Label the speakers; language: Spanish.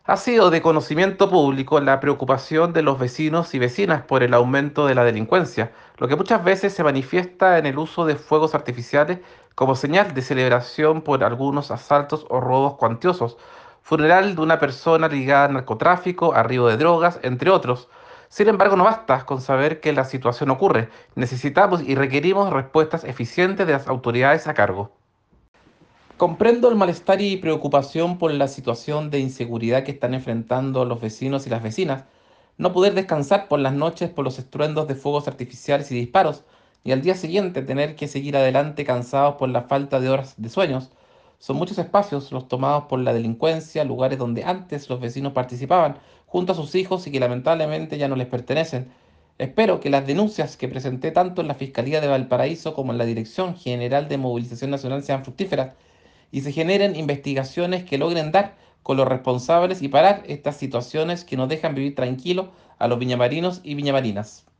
Speaker 1: Ha sido de conocimiento público la preocupación de los vecinos y vecinas por el aumento de la delincuencia, lo que muchas veces se manifiesta en el uso de fuegos artificiales como señal de celebración por algunos asaltos o robos cuantiosos, funeral de una persona ligada al narcotráfico, arribo de drogas, entre otros. Sin embargo, no basta con saber que la situación ocurre. Necesitamos y requerimos respuestas eficientes de las autoridades a cargo. Comprendo el malestar y preocupación por la situación de inseguridad que están enfrentando los vecinos y las vecinas. No poder descansar por las noches por los estruendos de fuegos artificiales y disparos, y al día siguiente tener que seguir adelante cansados por la falta de horas de sueños. Son muchos espacios los tomados por la delincuencia, lugares donde antes los vecinos participaban junto a sus hijos y que lamentablemente ya no les pertenecen. Espero que las denuncias que presenté tanto en la Fiscalía de Valparaíso como en la Dirección General de Movilización Nacional sean fructíferas y se generen investigaciones que logren dar con los responsables y parar estas situaciones que nos dejan vivir tranquilos a los viñamarinos y viñamarinas.